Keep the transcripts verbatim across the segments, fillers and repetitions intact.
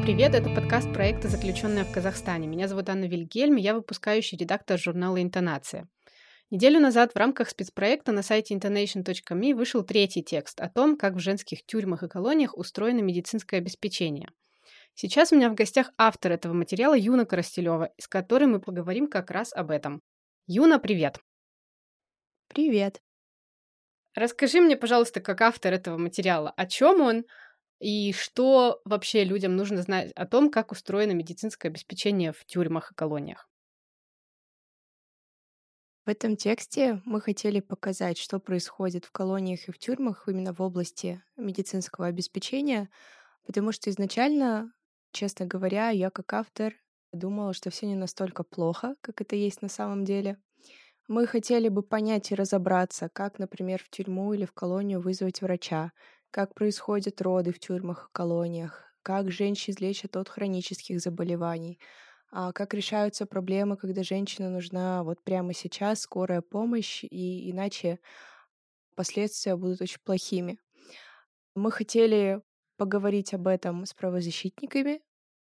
Привет, это подкаст проекта «Заключенная в Казахстане». Меня зовут Анна Вильгельм, и я выпускающий редактор журнала «Интонация». Неделю назад в рамках спецпроекта на сайте интонейшн точка ми вышел третий текст о том, как в женских тюрьмах и колониях устроено медицинское обеспечение. Сейчас у меня в гостях автор этого материала Юна Коростелева, с которой мы поговорим как раз об этом. Юна, привет! Привет! Расскажи мне, пожалуйста, как автор этого материала, о чем он и что вообще людям нужно знать о том, как устроено медицинское обеспечение в тюрьмах и колониях. В этом тексте мы хотели показать, что происходит в колониях и в тюрьмах именно в области медицинского обеспечения, потому что изначально, честно говоря, я как автор думала, что все не настолько плохо, как это есть на самом деле. Мы хотели бы понять и разобраться, как, например, в тюрьму или в колонию вызвать врача, как происходят роды в тюрьмах и колониях, как женщин лечат от хронических заболеваний, а как решаются проблемы, когда женщине нужна вот прямо сейчас скорая помощь, и иначе последствия будут очень плохими. Мы хотели поговорить об этом с правозащитниками,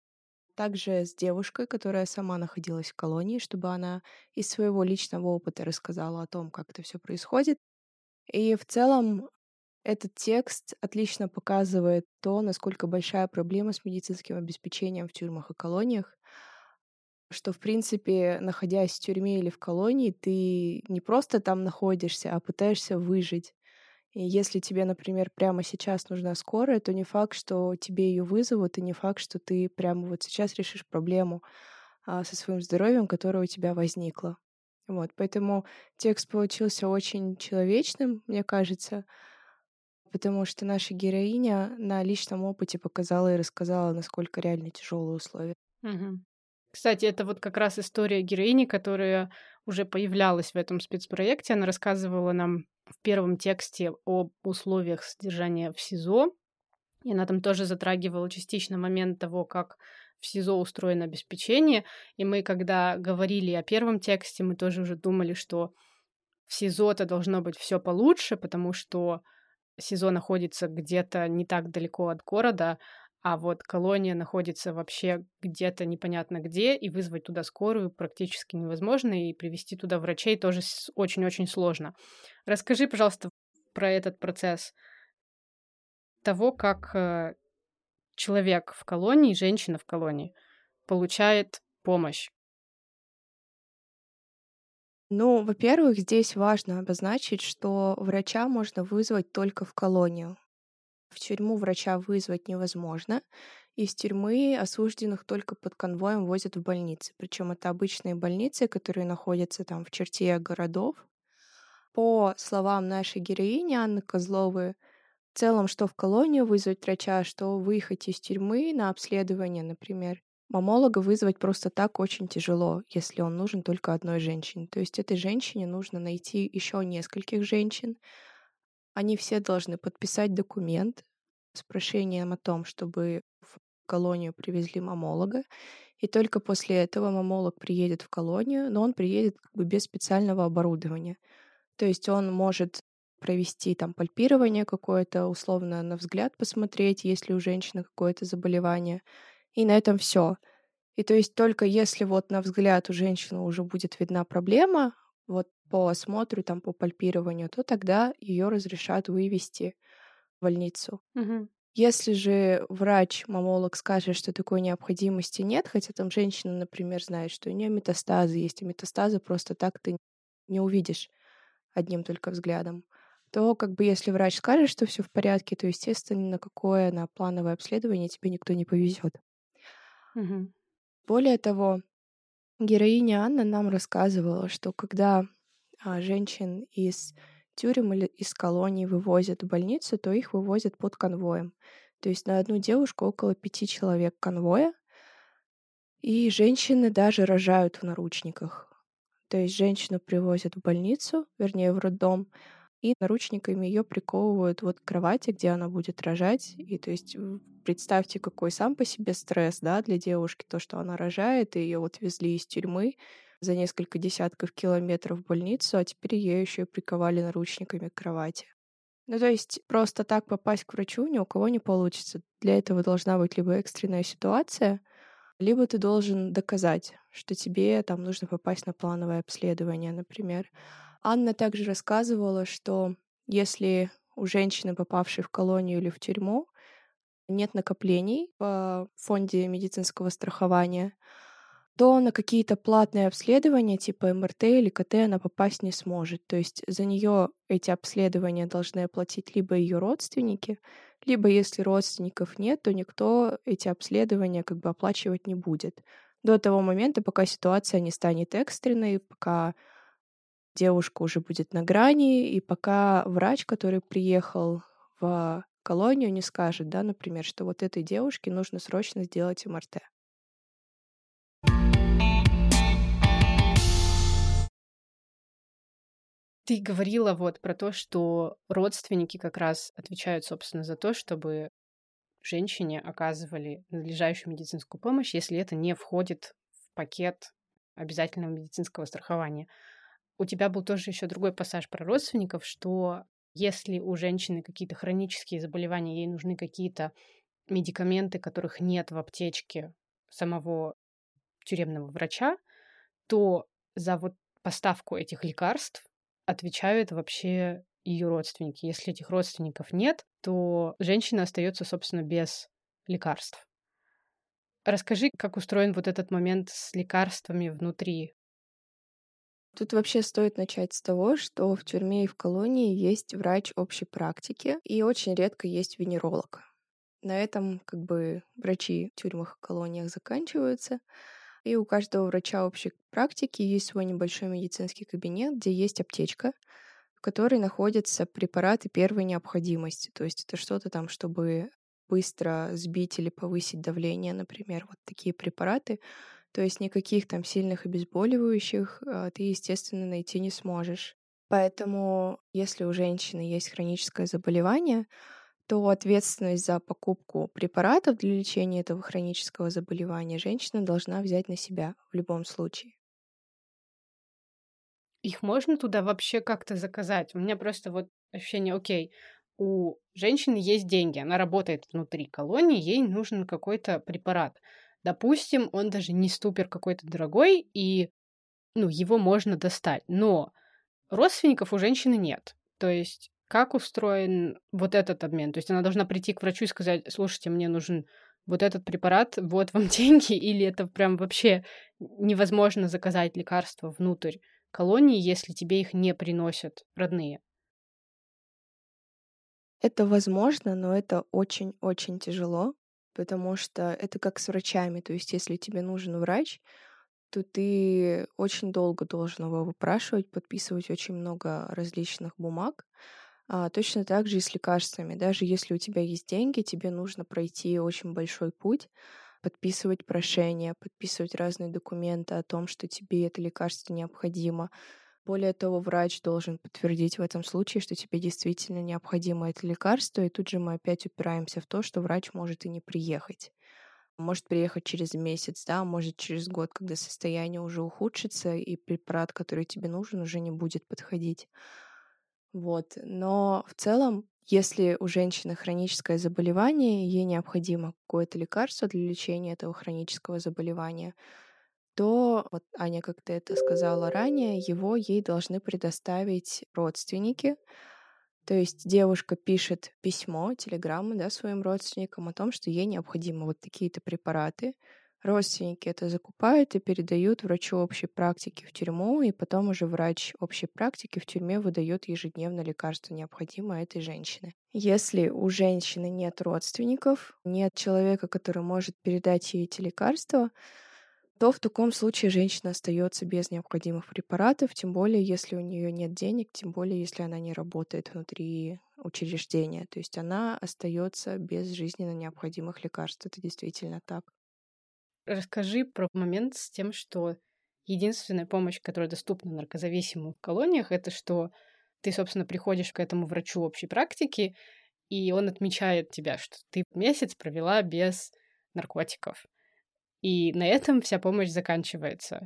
также с девушкой, которая сама находилась в колонии, чтобы она из своего личного опыта рассказала о том, как это все происходит. И в целом этот текст отлично показывает то, насколько большая проблема с медицинским обеспечением в тюрьмах и колониях, что, в принципе, находясь в тюрьме или в колонии, ты не просто там находишься, а пытаешься выжить. И если тебе, например, прямо сейчас нужна скорая, то не факт, что тебе ее вызовут, и не факт, что ты прямо вот сейчас решишь проблему а, со своим здоровьем, которая у тебя возникла. Вот, поэтому текст получился очень человечным, мне кажется, потому что наша героиня на личном опыте показала и рассказала, насколько реально тяжелые условия. Мгм. Кстати, это вот как раз история героини, которая уже появлялась в этом спецпроекте. Она рассказывала нам в первом тексте об условиях содержания в СИЗО. И она там тоже затрагивала частично момент того, как в СИЗО устроено обеспечение. И мы, когда говорили о первом тексте, мы тоже уже думали, что в СИЗО-то должно быть все получше, потому что СИЗО находится где-то не так далеко от города, а вот колония находится вообще где-то непонятно где, и вызвать туда скорую практически невозможно, и привести туда врачей тоже с- очень-очень сложно. Расскажи, пожалуйста, про этот процесс того, как э, человек в колонии, женщина в колонии получает помощь. Ну, во-первых, здесь важно обозначить, что врача можно вызвать только в колонию. В тюрьму врача вызвать невозможно. Из тюрьмы осужденных только под конвоем возят в больницы. Причем это обычные больницы, которые находятся там в черте городов. По словам нашей героини Анны Козловой, в целом, что в колонию вызвать врача, что выехать из тюрьмы на обследование, например, мамолога вызвать просто так очень тяжело, если он нужен только одной женщине. То есть этой женщине нужно найти еще нескольких женщин. Они все должны подписать документ с прошением о том, чтобы в колонию привезли мамолога. И только после этого мамолог приедет в колонию, но он приедет как бы без специального оборудования. То есть он может провести там пальпирование какое-то, условно на взгляд посмотреть, есть ли у женщины какое-то заболевание. И на этом все. И то есть только если вот на взгляд у женщины уже будет видна проблема, вот по осмотру, там, по пальпированию, то тогда ее разрешат вывести в больницу. Мгм. Если же врач-мамолог скажет, что такой необходимости нет, хотя там женщина, например, знает, что у нее метастазы есть, и метастазы просто так ты не увидишь одним только взглядом, то как бы если врач скажет, что все в порядке, то, естественно, ни на какое, на плановое обследование тебе никто не повезет. Мгм. Более того, героиня Анна нам рассказывала, что когда а, женщин из тюрем или из колоний вывозят в больницу, то их вывозят под конвоем. То есть на одну девушку около пяти человек конвоя, и женщины даже рожают в наручниках. То есть женщину привозят в больницу, вернее, в роддом, и наручниками ее приковывают вот к кровати, где она будет рожать. И то есть в- представьте, какой сам по себе стресс, да, для девушки, то, что она рожает, и ее вот везли из тюрьмы за несколько десятков километров в больницу, а теперь ее еще и приковали наручниками к кровати. Ну, то есть просто так попасть к врачу ни у кого не получится. Для этого должна быть либо экстренная ситуация, либо ты должен доказать, что тебе там нужно попасть на плановое обследование, например. Анна также рассказывала, что если у женщины, попавшей в колонию или в тюрьму, нет накоплений в фонде медицинского страхования, то на какие-то платные обследования типа эм эр тэ или ка тэ она попасть не сможет. То есть за нее эти обследования должны оплатить либо ее родственники, либо если родственников нет, то никто эти обследования как бы оплачивать не будет. До того момента, пока ситуация не станет экстренной, пока девушка уже будет на грани, и пока врач, который приехал в колонию, не скажет, да, например, что вот этой девушке нужно срочно сделать эм эр тэ. Ты говорила вот про то, что родственники как раз отвечают, собственно, за то, чтобы женщине оказывали надлежащую медицинскую помощь, если это не входит в пакет обязательного медицинского страхования. У тебя был тоже еще другой пассаж про родственников, что если у женщины какие-то хронические заболевания, ей нужны какие-то медикаменты, которых нет в аптечке самого тюремного врача, то за вот поставку этих лекарств отвечают вообще ее родственники. Если этих родственников нет, то женщина остается, собственно, без лекарств. Расскажи, как устроен вот этот момент с лекарствами внутри. Тут вообще стоит начать с того, что в тюрьме и в колонии есть врач общей практики, и очень редко есть венеролог. На этом как бы врачи в тюрьмах и колониях заканчиваются, и у каждого врача общей практики есть свой небольшой медицинский кабинет, где есть аптечка, в которой находятся препараты первой необходимости. То есть это что-то там, чтобы быстро сбить или повысить давление, например, вот такие препараты. То есть никаких там сильных обезболивающих а, ты, естественно, найти не сможешь. Поэтому, если у женщины есть хроническое заболевание, то ответственность за покупку препаратов для лечения этого хронического заболевания женщина должна взять на себя в любом случае. Их можно туда вообще как-то заказать? У меня просто вот ощущение, окей, у женщины есть деньги, она работает внутри колонии, ей нужен какой-то препарат. Допустим, он даже не супер какой-то дорогой, и ну, его можно достать. Но родственников у женщины нет. То есть как устроен вот этот обмен? То есть она должна прийти к врачу и сказать, слушайте, мне нужен вот этот препарат, вот вам деньги, или это прям вообще невозможно заказать лекарства внутрь колонии, если тебе их не приносят родные? Это возможно, но это очень-очень тяжело, потому что это как с врачами. То есть если тебе нужен врач, то ты очень долго должен его выпрашивать, подписывать очень много различных бумаг. А, точно так же и с лекарствами. Даже если у тебя есть деньги, тебе нужно пройти очень большой путь, подписывать прошения, подписывать разные документы о том, что тебе это лекарство необходимо. Более того, врач должен подтвердить в этом случае, что тебе действительно необходимо это лекарство, и тут же мы опять упираемся в то, что врач может и не приехать. Может приехать через месяц, да, может через год, когда состояние уже ухудшится, и препарат, который тебе нужен, уже не будет подходить. Вот. Но в целом, если у женщины хроническое заболевание, ей необходимо какое-то лекарство для лечения этого хронического заболевания, то, вот Аня, как ты это сказала ранее, его ей должны предоставить родственники. То есть девушка пишет письмо, телеграмму, да, своим родственникам о том, что ей необходимы вот такие-то препараты. Родственники это закупают и передают врачу общей практики в тюрьму, и потом уже врач общей практики в тюрьме выдает ежедневно лекарство, необходимое этой женщине. Если у женщины нет родственников, нет человека, который может передать ей эти лекарства, то в таком случае женщина остается без необходимых препаратов, тем более если у нее нет денег, тем более если она не работает внутри учреждения. То есть она остается без жизненно необходимых лекарств. Это действительно так. Расскажи про момент с тем, что единственная помощь, которая доступна наркозависимым в колониях, это что ты, собственно, приходишь к этому врачу общей практики, и он отмечает тебя, что ты месяц провела без наркотиков. И на этом вся помощь заканчивается.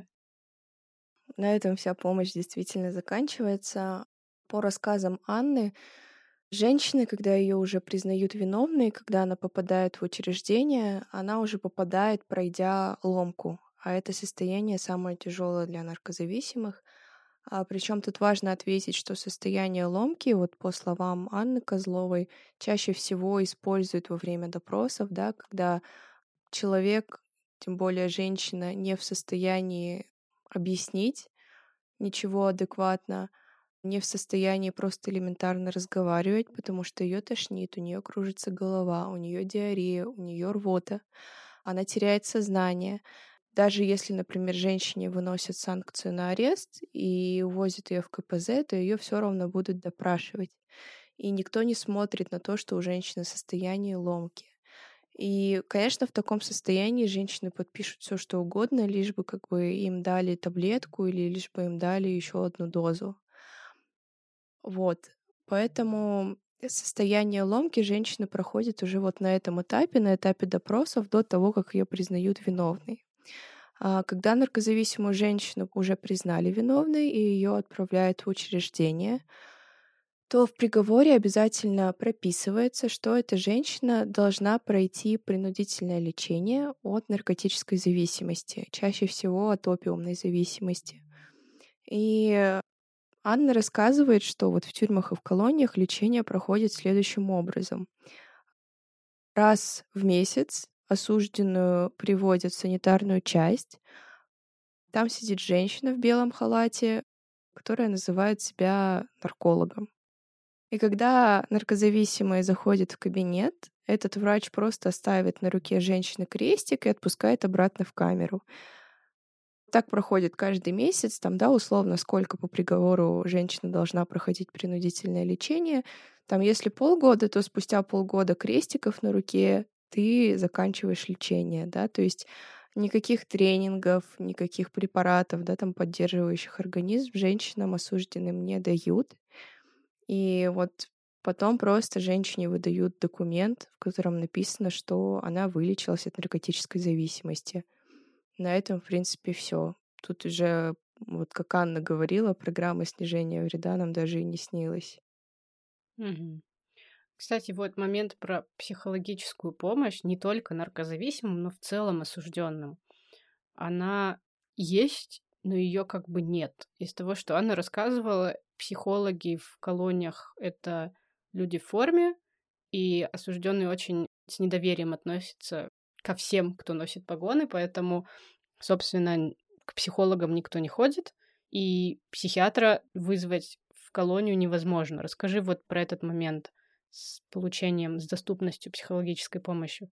На этом вся помощь действительно заканчивается. По рассказам Анны, Женщина, когда ее уже признают виновной, когда она попадает в учреждение, она уже попадает, пройдя ломку. А это состояние самое тяжелое для наркозависимых. А, причем тут важно ответить, что состояние ломки, вот по словам Анны Козловой, чаще всего используют во время допросов, да, когда человек, тем более женщина, не в состоянии объяснить ничего адекватно, не в состоянии просто элементарно разговаривать, потому что ее тошнит, у нее кружится голова, у нее диарея, у нее рвота, она теряет сознание. Даже если, например, женщине выносят санкцию на арест и увозят ее в ка пэ зэ, то ее все равно будут допрашивать. И никто не смотрит на то, что у женщины состояние ломки. И, конечно, в таком состоянии женщины подпишут все, что угодно, лишь бы как бы им дали таблетку или лишь бы им дали еще одну дозу. Вот. Поэтому состояние ломки женщины проходит уже вот на этом этапе, на этапе допросов до того, как ее признают виновной. А когда наркозависимую женщину уже признали виновной и ее отправляют в учреждение, то в приговоре обязательно прописывается, что эта женщина должна пройти принудительное лечение от наркотической зависимости, чаще всего от опиумной зависимости. И Анна рассказывает, что вот в тюрьмах и в колониях лечение проходит следующим образом. Раз в месяц осужденную приводят в санитарную часть. Там сидит женщина в белом халате, которая называет себя наркологом. И когда наркозависимые заходят в кабинет, этот врач просто ставит на руке женщины крестик и отпускает обратно в камеру. Так проходит каждый месяц, там, да, условно, сколько по приговору женщина должна проходить принудительное лечение. Там, если полгода, то спустя полгода крестиков на руке ты заканчиваешь лечение, да, то есть никаких тренингов, никаких препаратов, да, там, поддерживающих организм женщинам осужденным не дают. И вот потом просто женщине выдают документ, в котором написано, что она вылечилась от наркотической зависимости. На этом, в принципе, все. Тут уже, вот как Анна говорила, программа снижения вреда нам даже и не снилась. Мгм. Кстати, вот момент про психологическую помощь не только наркозависимым, но в целом осужденным. Она есть, но ее как бы нет. Из того, что Анна рассказывала, психологи в колониях — это люди в форме, и осужденные очень с недоверием относятся ко всем, кто носит погоны, поэтому, собственно, н- к психологам никто не ходит, и психиатра вызвать в колонию невозможно. Расскажи вот про этот момент с получением, с доступностью психологической помощи.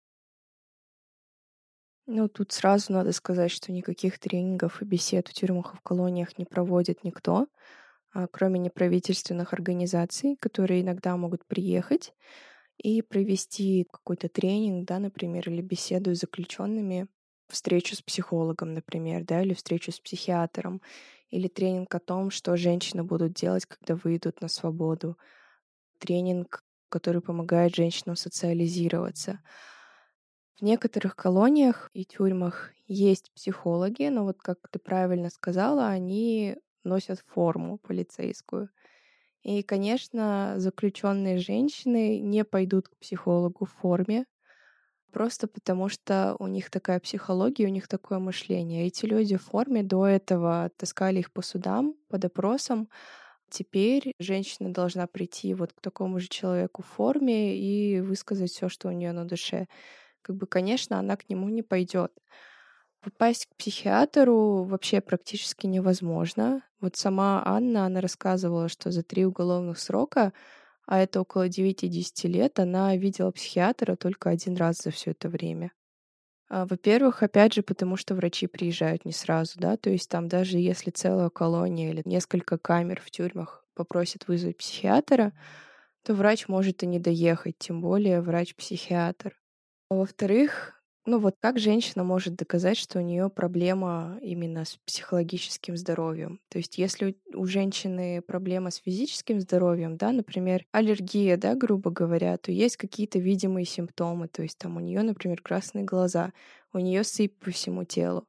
Ну, тут сразу надо сказать, что никаких тренингов и бесед в тюрьмах и в колониях не проводит никто, а, кроме неправительственных организаций, которые иногда могут приехать и провести какой-то тренинг, да, например, или беседу с заключенными, встречу с психологом, например, да, или встречу с психиатром, или тренинг о том, что женщины будут делать, когда выйдут на свободу, тренинг, который помогает женщинам социализироваться. В некоторых колониях и тюрьмах есть психологи, но вот как ты правильно сказала, они носят форму полицейскую. И, конечно, заключенные женщины не пойдут к психологу в форме, просто потому что у них такая психология, у них такое мышление. Эти люди в форме до этого таскали их по судам, по допросам. Теперь женщина должна прийти вот к такому же человеку в форме и высказать все, что у нее на душе. Как бы, конечно, она к нему не пойдет. Попасть к психиатру вообще практически невозможно. Вот сама Анна, она рассказывала, что за три уголовных срока, а это около девяти-десяти лет, она видела психиатра только один раз за все это время. А, Во-первых, опять же, потому что врачи приезжают не сразу, да, то есть там даже если целая колония или несколько камер в тюрьмах попросит вызвать психиатра, то врач может и не доехать, тем более врач-психиатр. А во-вторых, ну вот как женщина может доказать, что у нее проблема именно с психологическим здоровьем? То есть если у у женщины проблема с физическим здоровьем, да, например, аллергия, да, грубо говоря, то есть какие-то видимые симптомы, то есть там у нее, например, красные глаза, у нее сыпь по всему телу,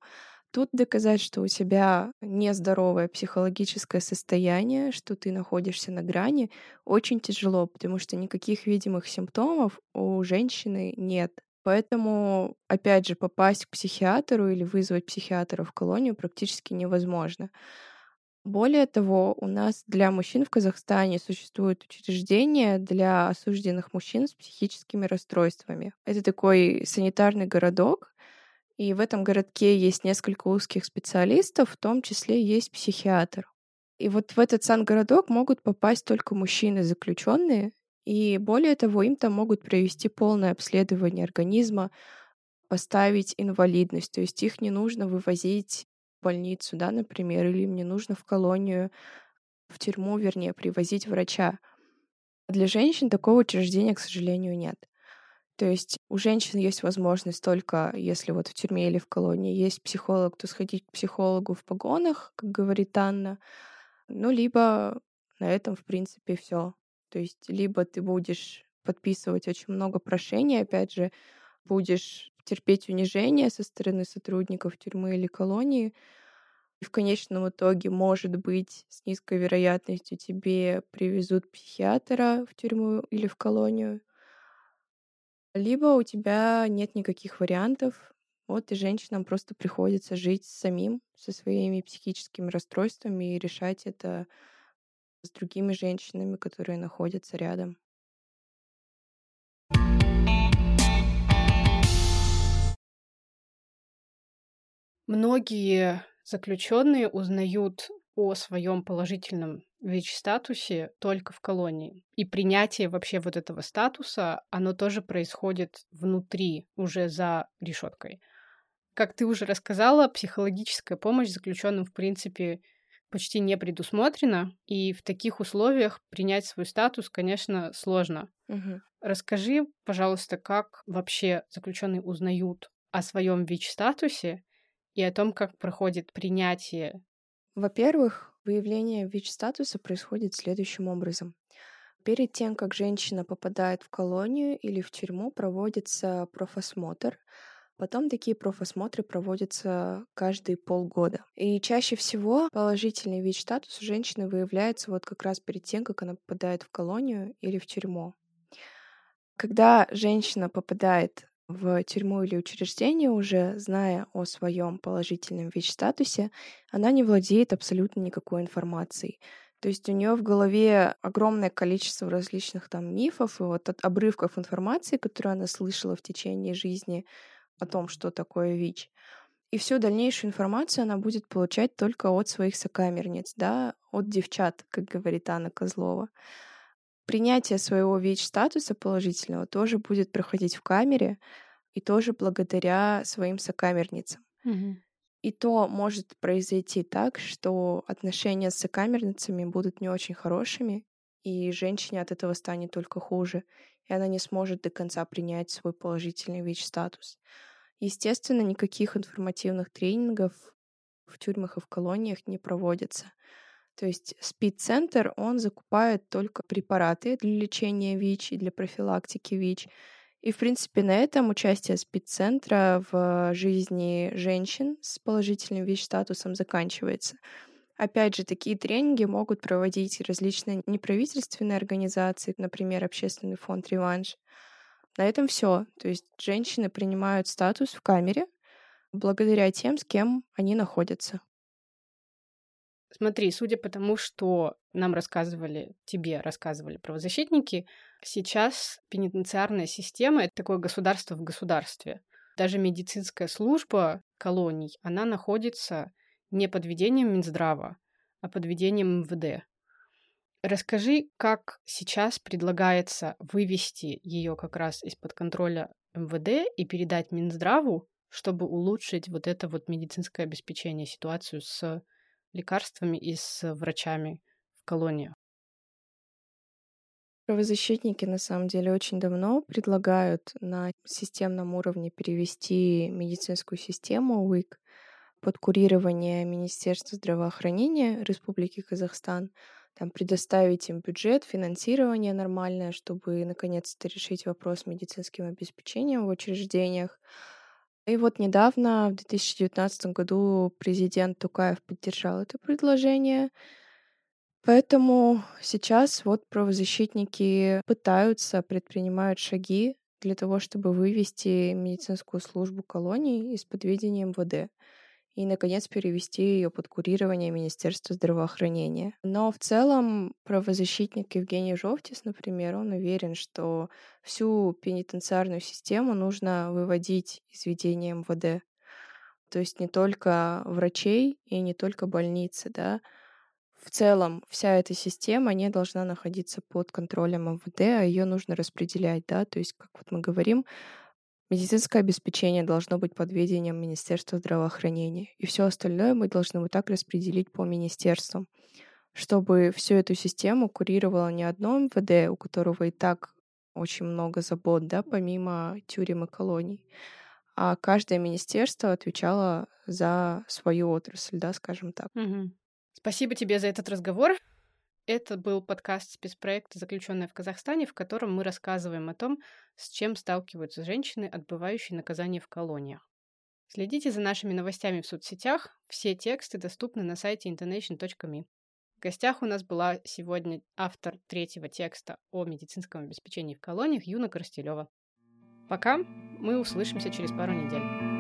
Тут доказать, что у тебя нездоровое психологическое состояние, что ты находишься на грани, очень тяжело, потому что никаких видимых симптомов у женщины нет. Поэтому, опять же, попасть к психиатру или вызвать психиатра в колонию практически невозможно. Более того, у нас для мужчин в Казахстане существует учреждение для осужденных мужчин с психическими расстройствами. Это такой санитарный городок, и в этом городке есть несколько узких специалистов, в том числе есть психиатр. И вот в этот сангородок могут попасть только мужчины-заключенные, и более того, им там могут провести полное обследование организма, поставить инвалидность, то есть их не нужно вывозить в больницу, да, например, или им не нужно в колонию, в тюрьму, вернее, привозить врача. Для женщин такого учреждения, к сожалению, нет. То есть у женщин есть возможность только, если вот в тюрьме или в колонии есть психолог, то сходить к психологу в погонах, как говорит Анна. Ну, либо на этом, в принципе, все. То есть либо ты будешь подписывать очень много прошений, опять же, будешь терпеть унижение со стороны сотрудников тюрьмы или колонии, и в конечном итоге, может быть, с низкой вероятностью тебе привезут психиатра в тюрьму или в колонию, либо у тебя нет никаких вариантов. Вот и женщинам просто приходится жить самим, со своими психическими расстройствами и решать это с другими женщинами, которые находятся рядом. Многие заключенные узнают о своем положительном ВИЧ-статусе только в колонии. И принятие вообще вот этого статуса, оно тоже происходит внутри, уже за решеткой. Как ты уже рассказала, психологическая помощь заключенным, в принципе, почти не предусмотрена, и в таких условиях принять свой статус, конечно, сложно. Мгм. Расскажи, пожалуйста, как вообще заключенные узнают о своем ВИЧ-статусе и о том, как проходит принятие. Во-первых, выявление ВИЧ-статуса происходит следующим образом. Перед тем, как женщина попадает в колонию или в тюрьму, проводится профосмотр. Потом такие профосмотры проводятся каждые полгода. И чаще всего положительный ВИЧ-статус у женщины выявляется вот как раз перед тем, как она попадает в колонию или в тюрьму. Когда женщина попадает в тюрьму или учреждение, уже зная о своем положительном ВИЧ-статусе, она не владеет абсолютно никакой информацией. То есть у нее в голове огромное количество различных там мифов и вот от обрывков информации, которую она слышала в течение жизни о том, что такое ВИЧ. И всю дальнейшую информацию она будет получать только от своих сокамерниц, да, от девчат, как говорит Анна Козлова. Принятие своего ВИЧ-статуса положительного тоже будет проходить в камере и тоже благодаря своим сокамерницам. Мгм. И то может произойти так, что отношения с сокамерницами будут не очень хорошими, и женщине от этого станет только хуже, и она не сможет до конца принять свой положительный ВИЧ-статус. Естественно, никаких информативных тренингов в тюрьмах и в колониях не проводится. То есть СПИД-центр, он закупает только препараты для лечения ВИЧ и для профилактики ВИЧ. И, в принципе, на этом участие СПИД-центра в жизни женщин с положительным ВИЧ-статусом заканчивается. Опять же, такие тренинги могут проводить различные неправительственные организации, например, Общественный фонд «Реванш». На этом все. То есть женщины принимают статус в камере благодаря тем, с кем они находятся. Смотри, судя по тому, что нам рассказывали, тебе рассказывали правозащитники, сейчас пенитенциарная система — это такое государство в государстве. Даже медицинская служба колоний, она находится не под ведением Минздрава, а под ведением МВД. Расскажи, как сейчас предлагается вывести ее как раз из-под контроля МВД и передать Минздраву, чтобы улучшить вот это вот медицинское обеспечение, ситуацию с лекарствами и с врачами в колониях. Правозащитники на самом деле очень давно предлагают на системном уровне перевести медицинскую систему УИК под курирование Министерства здравоохранения Республики Казахстан, там предоставить им бюджет, финансирование нормальное, чтобы наконец-то решить вопрос с медицинским обеспечением в учреждениях. И вот недавно, в две тысячи девятнадцатом году, президент Токаев поддержал это предложение. Поэтому сейчас вот правозащитники пытаются, предпринимают шаги для того, чтобы вывести медицинскую службу колоний из-под ведения эм вэ дэ и, наконец, перевести ее под курирование Министерства здравоохранения. Но в целом правозащитник Евгений Жовтис, например, он уверен, что всю пенитенциарную систему нужно выводить из ведения эм вэ дэ. То есть не только врачей и не только больницы, да. В целом вся эта система не должна находиться под контролем эм вэ дэ, а ее нужно распределять, да. То есть, как вот мы говорим, медицинское обеспечение должно быть под ведением Министерства здравоохранения, и все остальное мы должны вот так распределить по министерствам, чтобы всю эту систему курировало не одно эм вэ дэ, у которого и так очень много забот, да, помимо тюрем и колоний, а каждое министерство отвечало за свою отрасль, да, скажем так. Мгм. Спасибо тебе за этот разговор. Это был подкаст спецпроекта «Заключенная в Казахстане», в котором мы рассказываем о том, с чем сталкиваются женщины, отбывающие наказание в колониях. Следите за нашими новостями в соцсетях. Все тексты доступны на сайте интонейшн точка ми. В гостях у нас была сегодня автор третьего текста о медицинском обеспечении в колониях Юна Коростелева. Пока, мы услышимся через пару недель.